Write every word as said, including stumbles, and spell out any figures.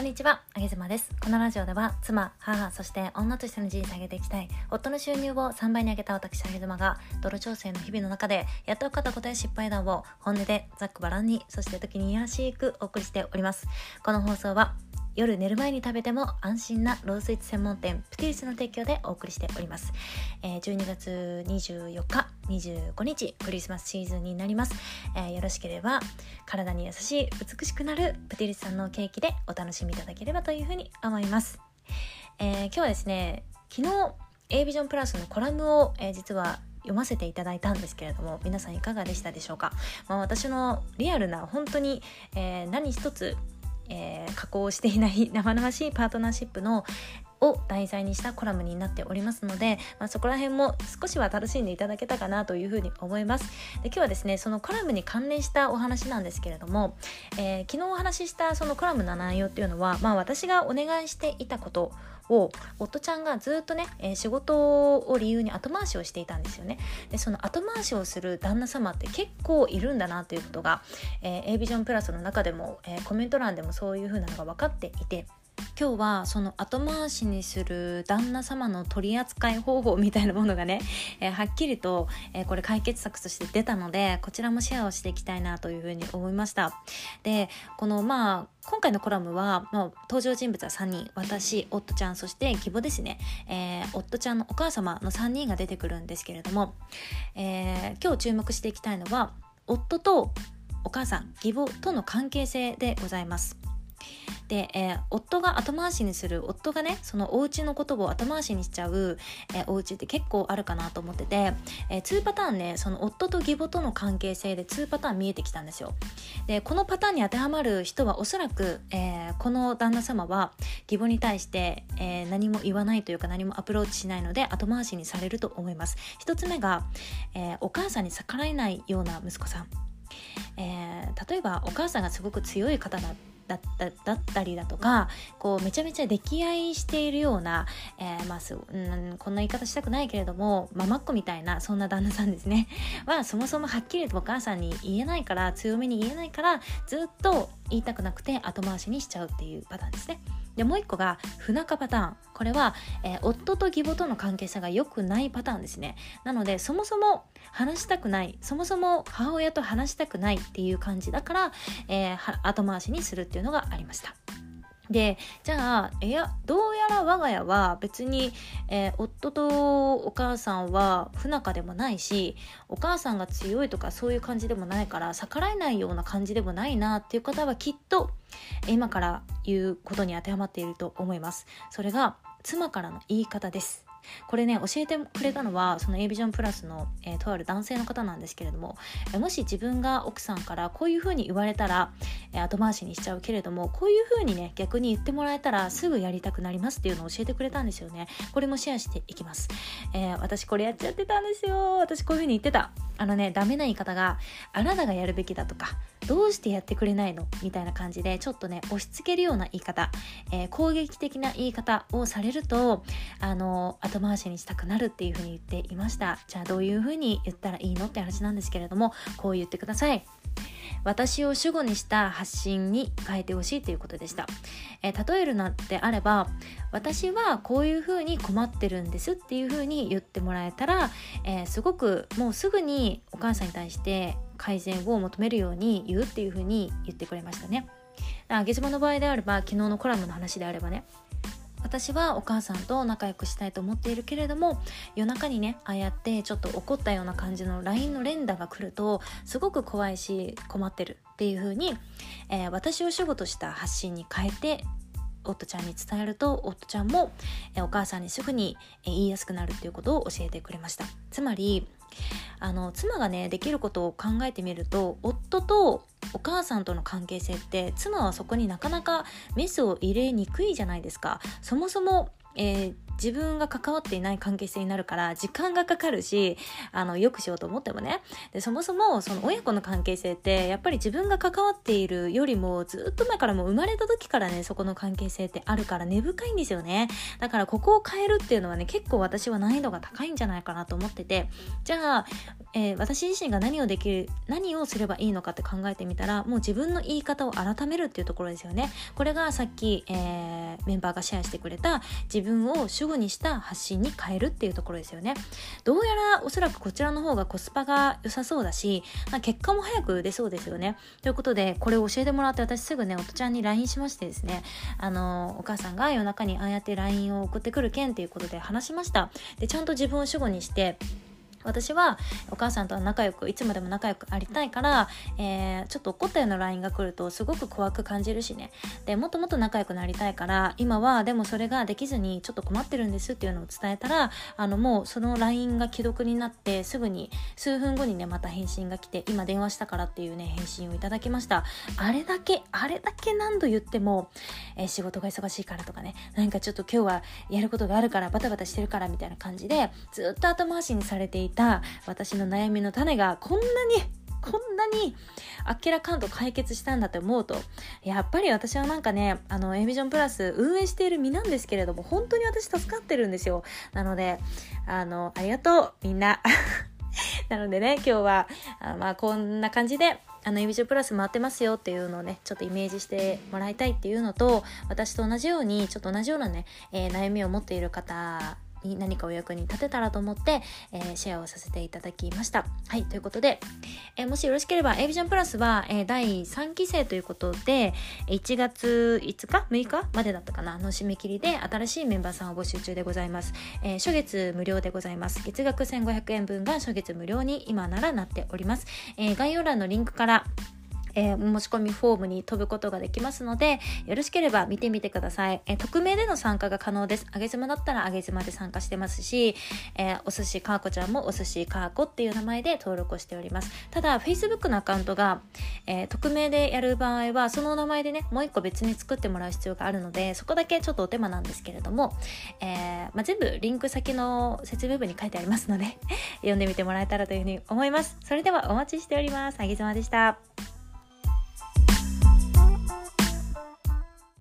んにちは、あげずまです。このラジオでは妻、母、そして女としての人生を上げていきたい夫の収入をさんばいに上げた私あげずまが泥調整の日々の中でやっと分かったことや失敗談を本音でざっくばらんに、そして時にいやらしくお送りしております。この放送は夜寝る前に食べても安心なロースイーツ専門店プティリスの提供でお送りしております。えー、じゅうにがつにじゅうよっかにじゅうごにちクリスマスシーズンになります。えー、よろしければ体に優しい美しくなるプティリスさんのケーキでお楽しみいただければというふうに思います。えー、今日はですね、昨日 A ビジョンプラスのコラムを、えー、実は読ませていただいたんですけれども、皆さんいかがでしたでしょうか。まあ、私のリアルな本当に、えー、何一つえー、加工していない生々しいパートナーシップのを題材にしたコラムになっておりますので、まあ、そこら辺も少しは楽しんでいただけたかなというふうに思います。で、今日はですね、そのコラムに関連したお話なんですけれども、えー、昨日お話ししたそのコラムの内容っていうのは、まあ、私がお願いしていたことを夫ちゃんがずっとね、えー、仕事を理由に後回しをしていたんですよね。で、その後回しをする旦那様って結構いるんだなということが、えー、A ビジョンプラスの中でも、えー、コメント欄でもそういう風なのが分かっていて、今日はその後回しにする旦那様の取り扱い方法みたいなものがね、えー、はっきりと、えー、これ解決策として出たので、こちらもシェアをしていきたいなというふうに思いました。で、このまあ今回のコラムは、まあ、登場人物はさんにん、私、夫ちゃん、そして義母ですね、えー、夫ちゃんのお母様のさんにんが出てくるんですけれども、えー、今日注目していきたいのは夫とお母さん、義母との関係性でございます。で、えー、夫が後回しにする、夫がね、そのお家のことを後回しにしちゃう、えー、お家って結構あるかなと思ってて、えー、にパターンね、その夫と義母との関係性でにパターン見えてきたんですよ。で、このパターンに当てはまる人はおそらく、えー、この旦那様は義母に対して、えー、何も言わないというか何もアプローチしないので後回しにされると思います。一つ目が、えー、お母さんに逆らえないような息子さん。えー、例えばお母さんがすごく強い方だだっただったりだとか、こうめちゃめちゃ溺愛しているような、えーまあすうん、こんな言い方したくないけれどもママっ子みたいなそんな旦那さんですねは、そもそもはっきりとお母さんに言えないから、強めに言えないからずっと言いたくなくて後回しにしちゃうっていうパターンですね。で、もう一個が不仲パターン。これは、えー、夫と義母との関係性が良くないパターンですね。なのでそもそも話したくない、そもそも母親と話したくないっていう感じだから、えー、後回しにするっていうのがありました。で、じゃあいやどうやら我が家は別に、えー、夫とお母さんは不仲でもないし、お母さんが強いとかそういう感じでもないから逆らえないような感じでもないなっていう方はきっと今から言うことに当てはまっていると思います。それが妻からの言い方です。これね、教えてくれたのはその A ビジョンプラスの、えー、とある男性の方なんですけれども、えー、もし自分が奥さんからこういう風に言われたら、えー、後回しにしちゃうけれども、こういう風にね逆に言ってもらえたらすぐやりたくなりますっていうのを教えてくれたんですよね。これもシェアしていきます。えー、私これやっちゃってたんですよ。私こういう風に言ってた。あのね、ダメな言い方があなたがやるべきだとか、どうしてやってくれないのみたいな感じでちょっとね押し付けるような言い方、えー、攻撃的な言い方をされるとあの後回しにしたくなるっていう風に言っていました。じゃあどういう風に言ったらいいのって話なんですけれども、こう言ってください。私を主語にした発信に変えてほしいということでした。えー、例えるのであれば、私はこういう風に困ってるんですっていう風に言ってもらえたら、えー、すごくもうすぐにお母さんに対して改善を求めるように言うっていう風に言ってくれましたね。あげずまの場合であれば、昨日のコラムの話であればね、私はお母さんと仲良くしたいと思っているけれども、夜中にねああやってちょっと怒ったような感じの ライン の連打が来るとすごく怖いし困ってるっていう風に、えー、私を主語とした発信に変えて夫ちゃんに伝えると、夫ちゃんも、えー、お母さんにすぐに、えー、言いやすくなるっていうことを教えてくれました。つまりあの妻がねできることを考えてみると、夫とお母さんとの関係性って妻はそこになかなかメスを入れにくいじゃないですか。そもそも、えー、 自分が関わっていない関係性になるから時間がかかるし、あのよくしようと思ってもね。でそもそもその親子の関係性ってやっぱり自分が関わっているよりもずっと前から、もう生まれた時からねそこの関係性ってあるから根深いんですよね。だからここを変えるっていうのはね結構私は難易度が高いんじゃないかなと思ってて、じゃあ、えー、私自身が何をできる何をすればいいのかって考えてみたら、もう自分の言い方を改めるっていうところですよね。これがさっき、えー、メンバーがシェアしてくれた自分を主語にした発信に変えるっていうところですよね。どうやらおそらくこちらの方がコスパが良さそうだし、まあ、結果も早く出そうですよね。ということでこれを教えてもらって、私すぐねおとちゃんに ライン しましてですね、あのお母さんが夜中にああやって ライン を送ってくる件っていうことで話しました。でちゃんと自分を主語にして、私はお母さんとは仲良くいつまでも仲良くありたいから、えー、ちょっと怒ったような ライン が来るとすごく怖く感じるしね。でもっともっと仲良くなりたいから、今はでもそれができずにちょっと困ってるんですっていうのを伝えたら、あのもうその ライン が既読になって、すぐに数分後にねまた返信が来て、今電話したからっていうね返信をいただきました。あれだけあれだけ何度言っても、えー、仕事が忙しいからとかね、なんかちょっと今日はやることがあるからバタバタしてるからみたいな感じでずっと後回しにされていた私の悩みの種がこんなにこんなにあっけらかんと解決したんだって思うと、やっぱり私はなんかね、あの A ビジョンプラス運営している身なんですけれども、本当に私助かってるんですよ。なのであのありがとうみんななのでね、今日はあまあこんな感じであの A ビジョンプラス回ってますよっていうのをねちょっとイメージしてもらいたいっていうのと、私と同じようにちょっと同じようなね、えー、悩みを持っている方に何かお役に立てたらと思って、えー、シェアをさせていただきました。はい、ということで、えー、もしよろしければ A ビジョンプラスは、えー、だいさんきせいということでいちがついつかむいかまでだったかなの締め切りで新しいメンバーさんを募集中でございます。えー、初月無料でございます。月額せんごひゃくえんぶんが初月無料に今ならなっております。えー、概要欄のリンクからえー、申し込みフォームに飛ぶことができますので、よろしければ見てみてください。えー、匿名での参加が可能です。あげ妻だったらあげ妻で参加してますし、えー、お寿司かーこちゃんもお寿司かーこっていう名前で登録をしております。ただ Facebook のアカウントが、えー、匿名でやる場合はその名前でねもう一個別に作ってもらう必要があるので、そこだけちょっとお手間なんですけれども、えーまあ、全部リンク先の説明文に書いてありますので読んでみてもらえたらというふうに思います。それではお待ちしております。あげ妻でした。